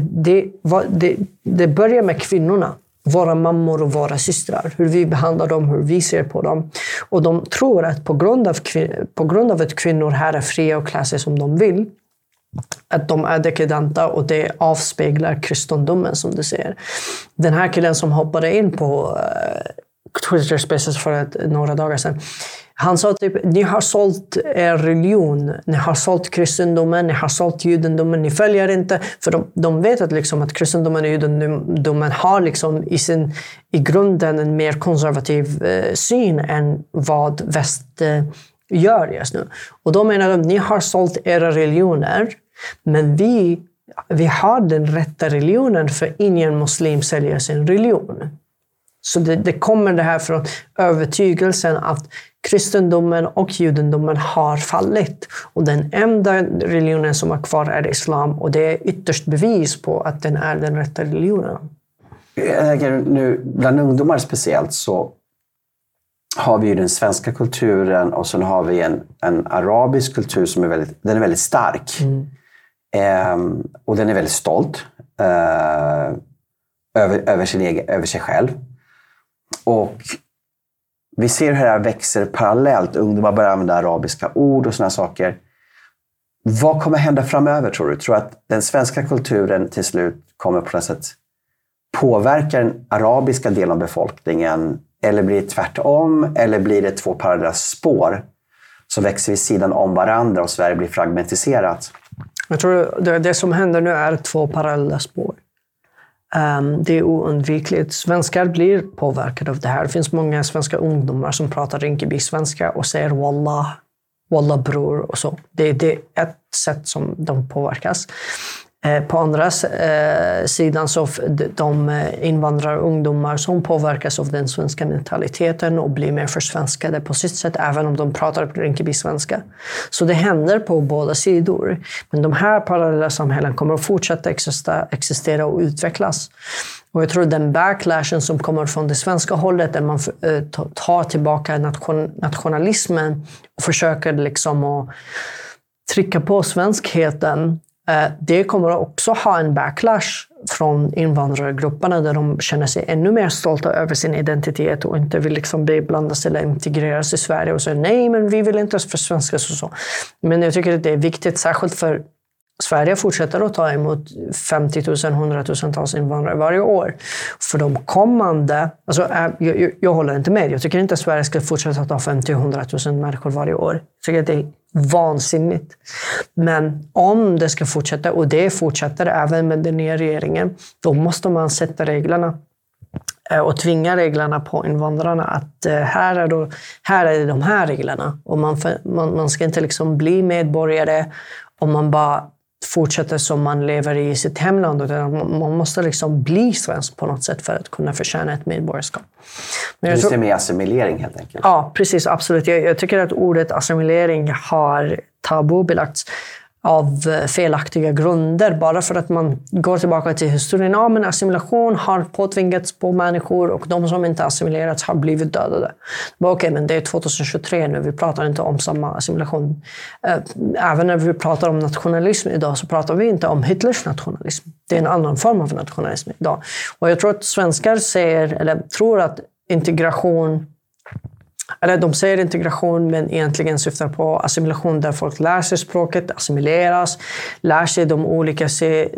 det börjar med kvinnorna. Våra mammor och våra systrar. Hur vi behandlar dem, hur vi ser på dem. Och de tror att på grund av att kvinnor här är fria och klär sig som de vill, att de är dekadenta och det avspeglar kristendomen som du ser. Den här killen som hoppade in på Twitter Spaces för några dagar sedan. Han sa typ, ni har sålt er religion, ni har sålt kristendomen, ni har sålt judendomen, ni följer inte. För de vet att, liksom, att kristendomen och judendomen har liksom i grunden en mer konservativ syn än vad väst gör just nu. Och då menar de, ni har sålt era religioner, men vi har den rätta religionen för ingen muslim säljer sin religion. Så det kommer det här från övertygelsen att kristendomen och judendomen har fallit. Och den enda religionen som är kvar är islam. Och det är ytterst bevis på att den är den rätta religionen. Nu, bland ungdomar speciellt så har vi ju den svenska kulturen och sen har vi en arabisk kultur som är väldigt stark. Och den är väldigt stolt. över sig själv. Och vi ser hur det här växer parallellt. Ungdomar börjar använda arabiska ord och såna saker. Vad kommer hända framöver, tror du? Tror du att den svenska kulturen till slut kommer på något sätt påverka den arabiska delen av befolkningen? Eller blir det tvärtom? Eller blir det två parallella spår som växer vid sidan om varandra och Sverige blir fragmentiserat? Jag tror det som händer nu är två parallella spår. Det är oundvikligt. Svenskar blir påverkade av det här. Det finns många svenska ungdomar som pratar Rinkeby-svenska och säger wallah bror och så. Det är ett sätt som de påverkas. På andra sidan så de invandrarungdomar som påverkas av den svenska mentaliteten och blir mer försvenskade på sitt sätt, även om de pratar på Rinkeby-svenska. Så det händer på båda sidor. Men de här parallella samhällen kommer att fortsätta existera och utvecklas. Och jag tror den backlashen som kommer från det svenska hållet, där man tar tillbaka nationalismen och försöker liksom att trycka på svenskheten, det kommer också ha en backlash från invandrargrupperna där de känner sig ännu mer stolta över sin identitet och inte vill liksom blandas eller integreras i Sverige och säger nej, men vi vill inte försvenskas och så. Men jag tycker att det är viktigt, särskilt för Sverige fortsätter att ta emot 50 000, 100 000-tals invandrare varje år. För de kommande, alltså jag håller inte med. Jag tycker inte att Sverige ska fortsätta ta 50-100 000 människor varje år. Jag tycker att det är vansinnigt. Men om det ska fortsätta, och det fortsätter även med den nya regeringen, då måste man sätta reglerna och tvinga reglerna på invandrarna att här är de här reglerna. Och man ska inte liksom bli medborgare om man bara fortsätter som man lever i sitt hemland. Man måste liksom bli svensk på något sätt för att kunna förtjäna ett medborgarskap. Men just det med assimilering helt enkelt. Ja, precis. Absolut. Jag tycker att ordet assimilering har tabubelagts av felaktiga grunder. Bara för att man går tillbaka till historien. Ja, men assimilation har påtvingats på människor och de som inte assimilerats har blivit dödade. Okej, men det är 2023 nu. Vi pratar inte om samma assimilation. Även när vi pratar om nationalism idag så pratar vi inte om Hitlers nationalism. Det är en annan form av nationalism idag. Och jag tror att svenskar tror att integration, eller de säger integration men egentligen syftar på assimilation där folk lär sig språket, assimileras, lär sig de olika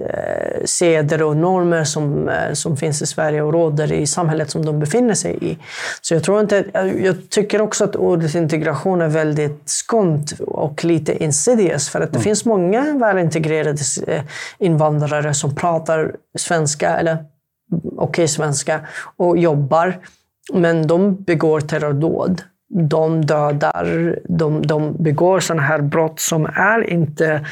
seder och normer som finns i Sverige och råder i samhället som de befinner sig i. Så jag tycker också att ordet integration är väldigt skumt och lite insidious, för att det finns många välintegrerade invandrare som pratar svenska eller svenska och jobbar. Men de begår terrordåd. De dödar. De begår sådana här brott som är inte...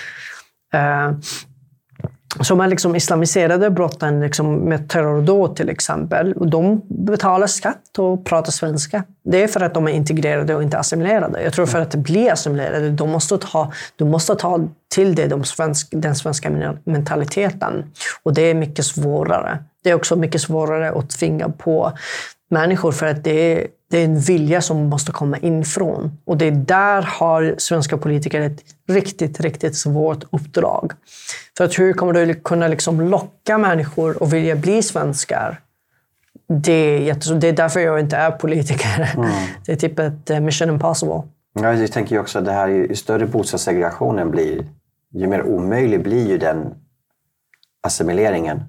som är liksom islamiserade brotten liksom med terrordåd till exempel. Och de betalar skatt och pratar svenska. Det är för att de är integrerade och inte assimilerade. Jag tror för att bli assimilerade, de måste ta till det den svenska mentaliteten. Och det är mycket svårare. Det är också mycket svårare att tvinga på människor, för att det är en vilja som måste komma infrån. Och det är där har svenska politiker ett riktigt, riktigt svårt uppdrag. För att hur kommer du kunna liksom locka människor och vilja bli svenskar? Det är därför jag inte är politiker. Det är typ ett mission impossible. Ja, jag tänker ju också att det här, ju större bostadssegregationen blir, ju mer omöjlig blir ju den assimileringen.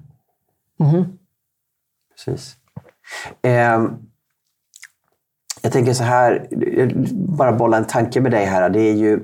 Precis. Jag tänker så här, bara bolla en tanke med dig här. Det är ju,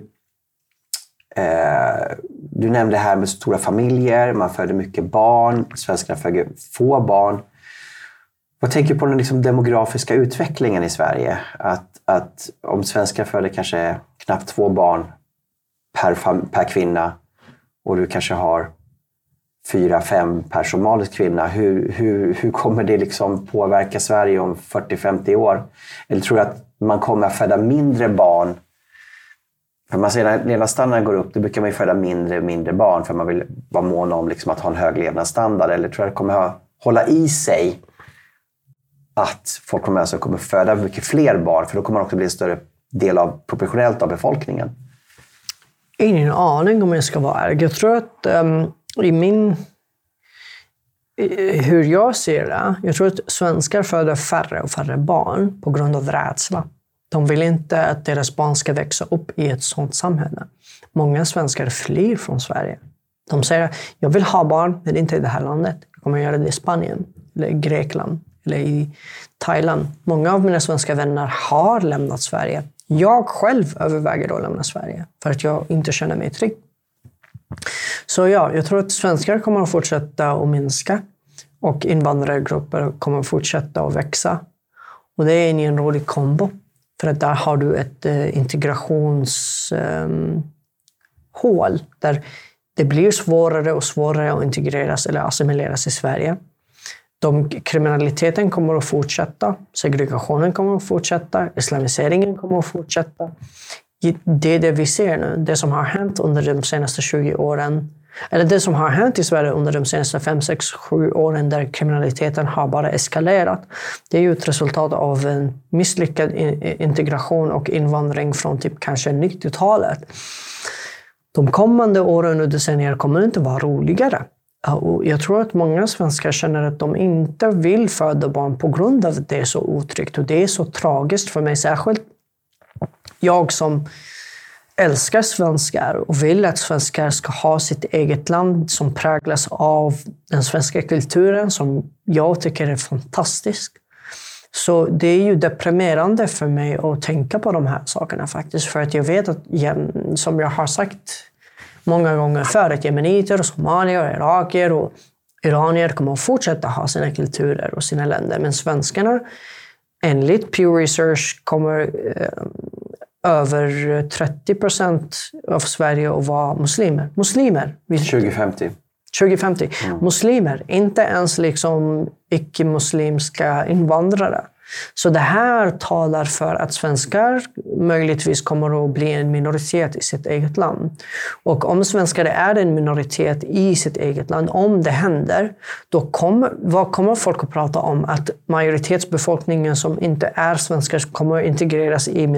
du nämnde det här med stora familjer, man föder mycket barn, svenskarna föder få barn. Vad tänker du på den liksom demografiska utvecklingen i Sverige? Att om svenskar föder kanske knappt 2 barn per kvinna och du kanske har 4-5 per somalisk kvinna. Hur kommer det liksom påverka Sverige om 40-50 år? Eller tror du att man kommer att föda mindre barn? För man säger när levnadsstandarden går upp, då brukar man ju föda mindre barn för man vill vara mån om liksom att ha en hög levnadsstandard. Eller tror du att det kommer att hålla i sig att folk kommer föda mycket fler barn, för då kommer man också bli en större del proportionellt av befolkningen? Ingen aning om jag ska vara ärlig. Jag tror att hur jag ser det, jag tror att svenskar föder färre och färre barn på grund av rädsla. De vill inte att deras barn ska växa upp i ett sådant samhälle. Många svenskar flyr från Sverige. De säger, jag vill ha barn, men inte i det här landet. Jag kommer göra det i Spanien, eller i Grekland, eller i Thailand. Många av mina svenska vänner har lämnat Sverige. Jag själv överväger att lämna Sverige, för att jag inte känner mig trygg. Så ja, jag tror att svenskar kommer att fortsätta att minska. Och invandrargrupper kommer att fortsätta att växa. Och det är en rolig kombo. För att där har du ett integrationshål där det blir svårare och svårare att integreras eller assimileras i Sverige. Kriminaliteten kommer att fortsätta, segregationen kommer att fortsätta, islamiseringen kommer att fortsätta. Det är det vi ser nu. Det som har hänt under de senaste 20 åren, eller det som har hänt i Sverige under de senaste 5, 6, 7 åren där kriminaliteten har bara eskalerat. Det är ju ett resultat av en misslyckad integration och invandring från typ kanske 90-talet. De kommande åren och decennier kommer inte vara roligare. Och jag tror att många svenskar känner att de inte vill föda barn på grund av att det är så otryggt. Och det är så tragiskt för mig, särskilt jag som älskar svenskar och vill att svenskar ska ha sitt eget land som präglas av den svenska kulturen som jag tycker är fantastisk. Så det är ju deprimerande för mig att tänka på de här sakerna faktiskt. För att jag vet att, som jag har sagt många gånger förr, att jemeniter, somalier, irakier och iranier kommer att fortsätta ha sina kulturer och sina länder. Men svenskarna, enligt Pew Research, kommer över 30% av Sverige att vara muslimer. 2050. 2050. Muslimer, inte ens liksom icke-muslimska invandrare. Så det här talar för att svenskar möjligtvis kommer att bli en minoritet i sitt eget land. Och om svenskar är en minoritet i sitt eget land, om det händer, då vad kommer folk att prata om? Att majoritetsbefolkningen som inte är svenskar kommer att integreras i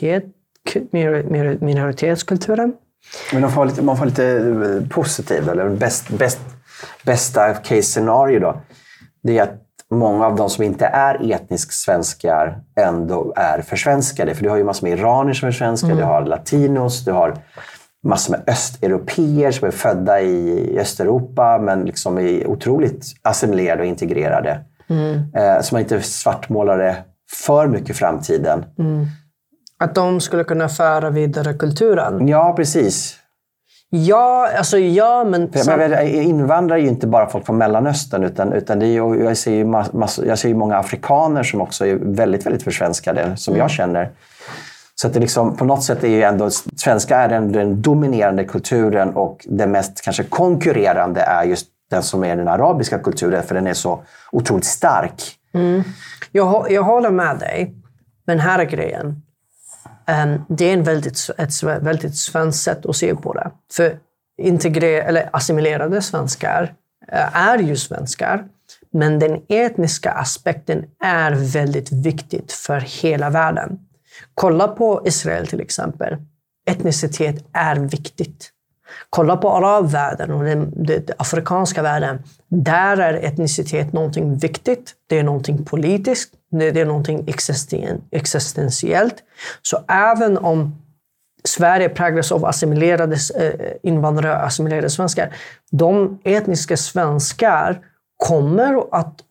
minoritetskulturen? Men man får lite positiv, eller bästa case scenario då. Det är att många av de som inte är etnisk svenskar ändå är försvenskade. För du har ju massor med iranier som är svenskar, du har latinos, du har massor med östeuropeer som är födda i Östeuropa men liksom är otroligt assimilerade och integrerade. Så man inte svartmålade för mycket i framtiden. Att de skulle kunna föra vidare kulturen. Ja, precis. Ja, alltså ja, men... Invandrare är ju inte bara folk från Mellanöstern utan det är ju, jag ser ju många afrikaner som också är väldigt, väldigt försvenskade som jag känner. Så att det liksom, på något sätt är ju ändå svenska är den dominerande kulturen och den mest kanske konkurrerande är just den som är den arabiska kulturen, för den är så otroligt stark. Jag håller med dig, men här är grejen. Det är ett väldigt svenskt sätt att se på det. För assimilerade svenskar är ju svenskar, men den etniska aspekten är väldigt viktigt för hela världen. Kolla på Israel till exempel. Etnicitet är viktigt. Kolla på arabvärlden och den afrikanska världen. Där är etnicitet någonting viktigt. Det är någonting politiskt. Det är någonting existentiellt. Så även om Sverige präglas av assimilerade invandrare och assimilerade svenskar, de etniska svenskar kommer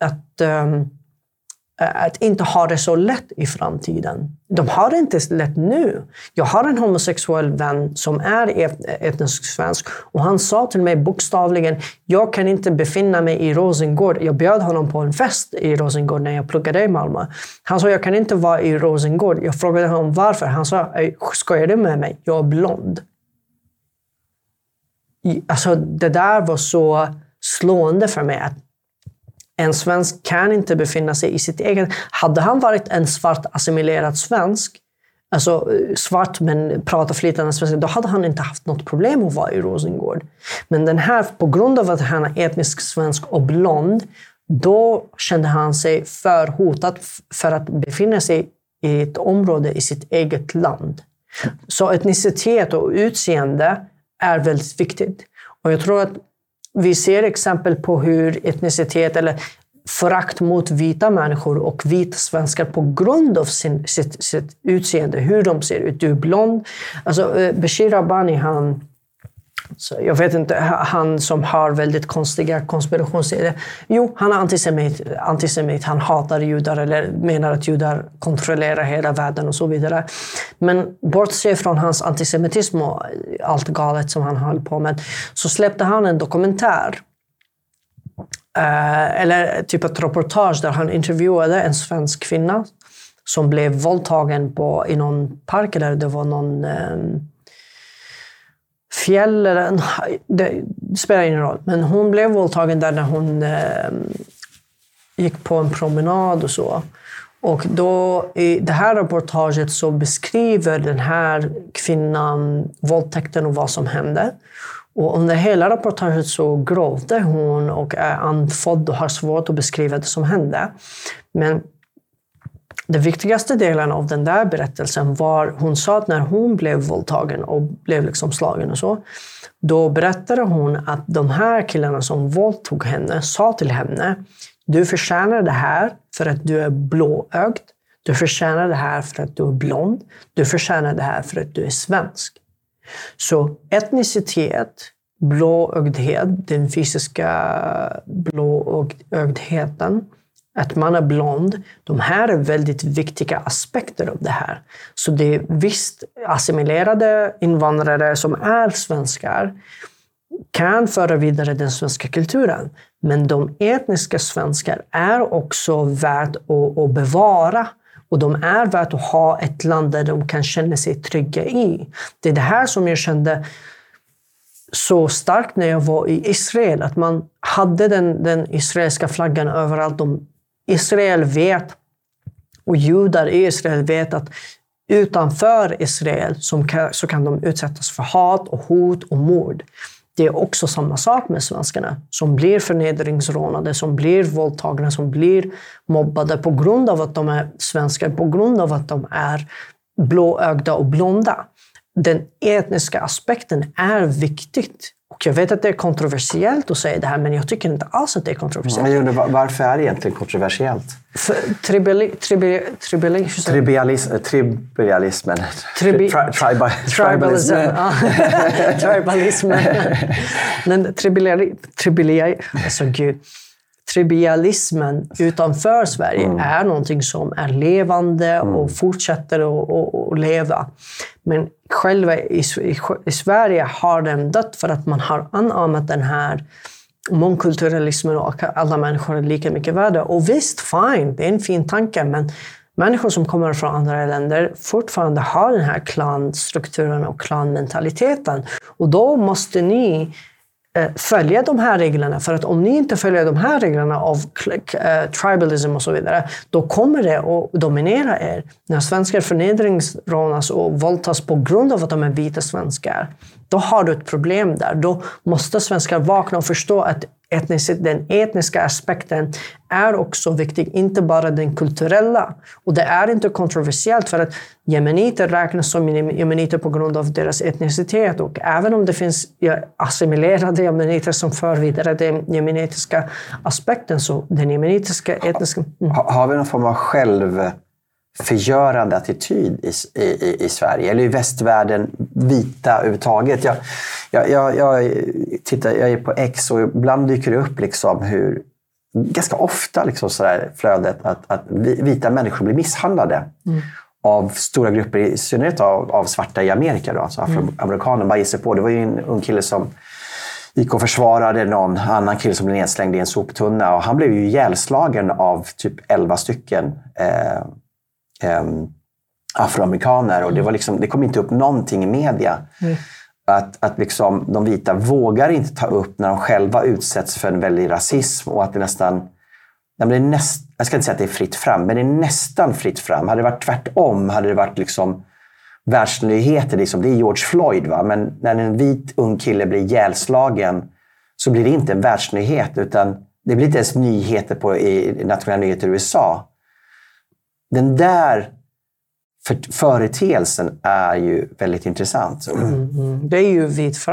att inte ha det så lätt i framtiden. De har det inte lätt nu. Jag har en homosexuell vän som är etnisk svensk och han sa till mig bokstavligen, jag kan inte befinna mig i Rosengård. Jag bjöd honom på en fest i Rosengård när jag pluggade i Malmö. Han sa, jag kan inte vara i Rosengård. Jag frågade honom varför. Han sa, skojar du med mig? Jag är blond. Alltså det där var så slående för mig att en svensk kan inte befinna sig i sitt eget... Hade han varit en svart assimilerad svensk, alltså svart men pratar flytande svenska, då hade han inte haft något problem att vara i Rosengård. Men den här, på grund av att han är etnisk svensk och blond, då kände han sig för hotad för att befinna sig i ett område i sitt eget land. Så etnicitet och utseende är väldigt viktigt. Och jag tror att vi ser exempel på hur etnicitet eller förakt mot vita människor och vita svenskar på grund av sitt utseende, hur de ser ut. Du är blond. Alltså, Bashir Rabbani, jag vet inte, han som har väldigt konstiga konspirationsidéer. Jo, han är antisemit. Han hatar judar eller menar att judar kontrollerar hela världen och så vidare. Men bortse från hans antisemitism och allt galet som han höll på med, så släppte han en dokumentär. Eller typ ett reportage där han intervjuade en svensk kvinna som blev våldtagen i någon park, eller det var någon fjäll, eller det spelar ingen roll. Men hon blev våldtagen där när hon gick på en promenad och så. Och då i det här reportaget så beskriver den här kvinnan våldtäkten och vad som hände. Och under hela reportaget så gråter hon och är andfådd och har svårt att beskriva det som hände. Men den viktigaste delen av den där berättelsen var, hon sa att när hon blev våldtagen och blev liksom slagen och så, då berättade hon att de här killarna som våldtog henne sa till henne: du förtjänar det här för att du är blåögd, du förtjänar det här för att du är blond, du förtjänar det här för att du är svensk. Så etnicitet, blåögdhet, den fysiska blåögdheten, att man är blond, de här är väldigt viktiga aspekter av det här. Så det är visst assimilerade invandrare som är svenskar kan föra vidare den svenska kulturen. Men de etniska svenskar är också värt att bevara. Och de är värt att ha ett land där de kan känna sig trygga i. Det är det här som jag kände så starkt när jag var i Israel. Att man hade den israeliska flaggan överallt. Israel vet, och judar i Israel vet, att utanför Israel så kan de utsättas för hat och hot och mord. Det är också samma sak med svenskarna som blir förnedringsrånade, som blir våldtagna, som blir mobbade på grund av att de är svenskar, på grund av att de är blåögda och blonda. Den etniska aspekten är viktigt. Och jag vet att det är kontroversiellt att säga det här, men jag tycker inte alls att det är kontroversiellt. Jag undrar, varför är det egentligen kontroversiellt? Tribalismen. Men tribalismen utanför Sverige är någonting som är levande och fortsätter att leva. Men själva i Sverige har den dött för att man har anammat den här mångkulturalismen och alla människor är lika mycket värda. Och visst, fine, det är en fin tanke, men människor som kommer från andra länder fortfarande har den här klanstrukturen och klanmentaliteten. Och då måste ni följa de här reglerna, för att om ni inte följer de här reglerna av tribalism och så vidare, då kommer det att dominera er. När svenskar förnedringsrånas och våldtas på grund av att de är vita svenskar, då har du ett problem där. Då måste svenskar vakna och förstå att den etniska aspekten är också viktig, inte bara den kulturella. Och det är inte kontroversiellt, för att jemeniter räknas som jemeniter på grund av deras etnicitet. Och även om det finns assimilerade jemeniter som för vidare den jemenitiska aspekten, så den jemenitiska etniska... Har vi någon form av självförgörande attityd i Sverige eller i västvärlden, vita överhuvudtaget? Jag är på X och ibland dyker det upp liksom hur, ganska ofta liksom sådär flödet, att vita människor blir misshandlade av stora grupper, i synnerhet av svarta i Amerika då, alltså afroamerikaner bara ger sig på. Det var ju en ung kille som gick och försvarade någon annan kille som blev nedslängd i en soptunna, och han blev ju ihjälslagen av typ 11 stycken afroamerikaner, och det var liksom, det kom inte upp någonting i media. Att liksom, de vita vågar inte ta upp när de själva utsätts för en väldig rasism, och att det nästan, jag ska inte säga att det är fritt fram, men det är nästan fritt fram. Hade det varit tvärtom, hade det varit liksom världsnyheter, liksom, det är George Floyd, va? Men när en vit ung kille blir ihjälslagen så blir det inte en världsnyhet, utan det blir inte ens nyheter i nationella nyheter i USA. Den där företeelsen är ju väldigt intressant. Det är ju vit frakt.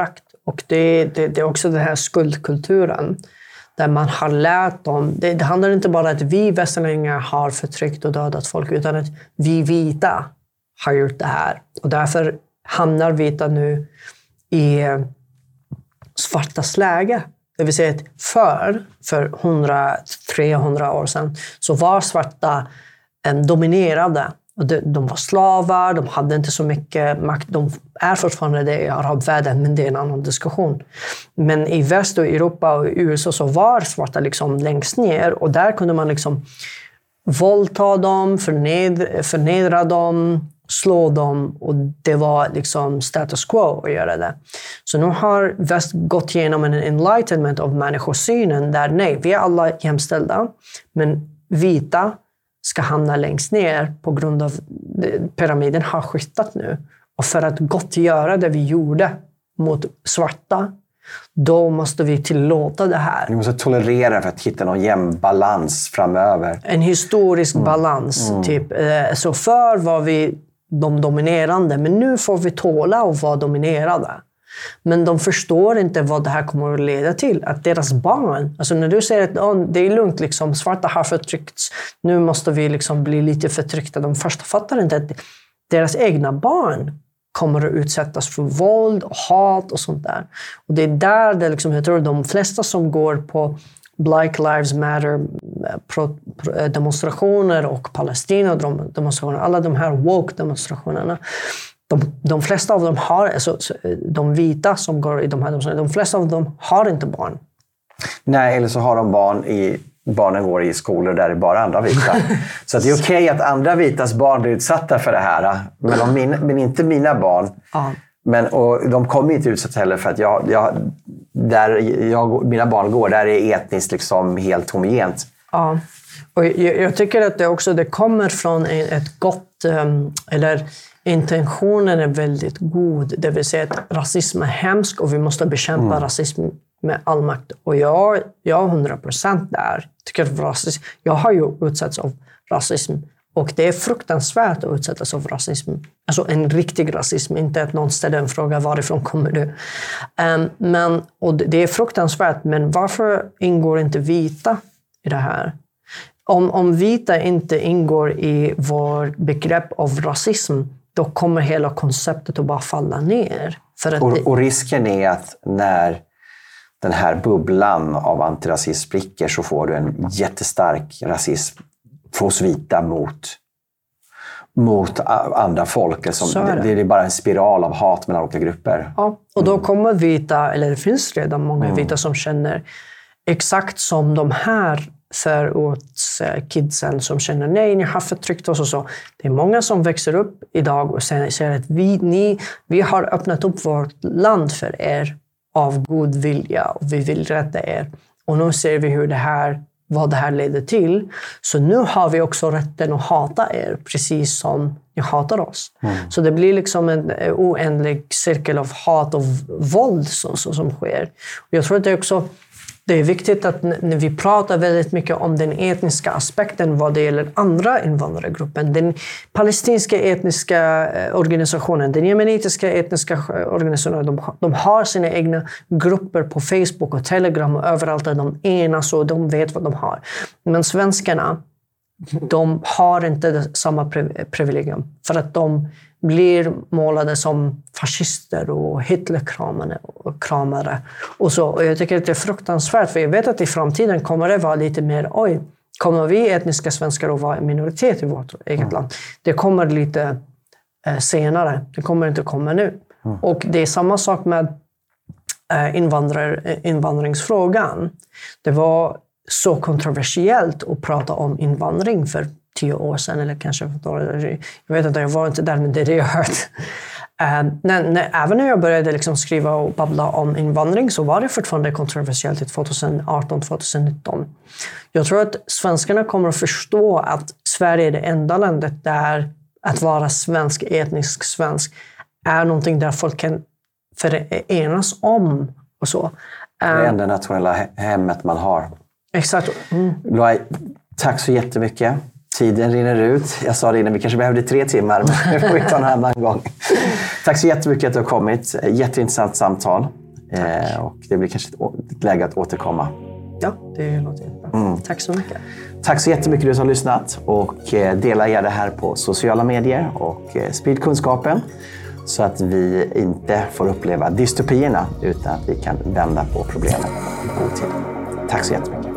Och det är också den här skuldkulturen. Där man har lärt dem. Det handlar inte bara om att vi västerlänningar har förtryckt och dödat folk. Utan att vi vita har gjort det här. Och därför hamnar vita nu i svartas läge. Det vill säga att för 100-300 år sedan så var svarta dominerade. Och de var slavar, de hade inte så mycket makt. De är fortfarande det i arabvärlden, men det är en annan diskussion. Men i väst och Europa och USA så var svarta liksom längst ner. Och där kunde man liksom våldta dem, förnedra dem, slå dem. Och det var liksom status quo att göra det. Så nu har väst gått igenom en enlightenment av människosynen där nej, vi är alla jämställda. Men vita ska hamna längst ner på grund av pyramiden har skiftat nu. Och för att gottgöra det vi gjorde mot svarta, då måste vi tillåta det här. Vi måste tolerera för att hitta någon jämn balans framöver. En historisk balans. Typ. Så förr var vi de dominerande, men nu får vi tåla att vara dominerade. Men de förstår inte vad det här kommer att leda till. Att deras barn, alltså när du säger att det är lugnt, liksom, svarta har förtryckts, nu måste vi liksom bli lite förtryckta. De första fattar inte att deras egna barn kommer att utsättas för våld och hat och sånt där. Och det är där det liksom, jag tror de flesta som går på Black Lives Matter demonstrationer och Palestina-demonstrationer, alla de här woke-demonstrationerna, de flesta av dem har, alltså, de vita som går i de här demonstrationerna, de flesta av dem har inte barn. Nej, eller så har de barnen går i skolor där det är bara andra vita. Så det är okej att andra vitas barn blir utsatta för det här. Men inte mina barn. Och de kommer inte utsatta heller för att mina barn går, där är etniskt liksom helt homogent. Ja, och jag tycker att det kommer från ett gott, eller intentionen är väldigt god. Det vill säga att rasism är hemsk och vi måste bekämpa rasism med all makt. Och jag är 100% där. Jag har ju utsatts av rasism. Och det är fruktansvärt att utsättas av rasism. Alltså en riktig rasism. Inte att någon ställer en fråga, varifrån kommer du? Och det är fruktansvärt. Men varför ingår inte vita i det här? Om vita inte ingår i vår begrepp av rasism, då kommer hela konceptet att bara falla ner. Och risken är att när den här bubblan av antirasism spricker så får du en jättestark rasism för oss vita mot andra folk. Det är bara en spiral av hat mellan olika grupper. Ja, och då kommer vita, eller det finns redan många vita som känner exakt som de här förortskidsen som känner nej, ni har förtryckt oss och så. Det är många som växer upp idag och säger att vi har öppnat upp vårt land för er av god vilja och vi vill rädda er. Och nu ser vi vad det här leder till. Så nu har vi också rätten att hata er precis som ni hatar oss. Så det blir liksom en oändlig cirkel av hat och våld som sker. Och jag tror att det är viktigt att när vi pratar väldigt mycket om den etniska aspekten vad det gäller andra invandrargrupper. Den palestinska etniska organisationen, den jemenitiska etniska organisationen, de har sina egna grupper på Facebook och Telegram och överallt där de enas och de vet vad de har. Men svenskarna, de har inte samma privilegium för att de blir målade som fascister och Hitlerkramare och så. Och jag tycker att det är fruktansvärt, för jag vet att i framtiden kommer det vara lite mer, kommer vi etniska svenskar att vara en minoritet i vårt eget land? Det kommer lite senare, det kommer inte komma nu. Och det är samma sak med invandringsfrågan. Det var så kontroversiellt att prata om invandring för 10 år sedan eller kanske jag vet inte, jag var inte där, men det är det jag hört. Även när jag började liksom skriva och babbla om invandring så var det fortfarande kontroversiellt i 2018-2019. Jag tror att svenskarna kommer att förstå att Sverige är det enda landet där att vara etnisk svensk är någonting där folk kan enas om och så. Det är enda nationella hemmet man har. Exakt. Loai, tack så jättemycket. Tiden rinner ut. Jag sa det innan, vi kanske behövde 3 timmar, men det får vi ta en annan gång. Tack så jättemycket att du har kommit. Jätteintressant samtal. Och det blir kanske ett läge att återkomma. Ja, det låter jättebra. Tack så mycket. Tack så jättemycket du som har lyssnat. Och dela gärna det här på sociala medier och sprid kunskapen. Så att vi inte får uppleva dystopierna utan att vi kan vända på problemen i god tid. Tack så jättemycket.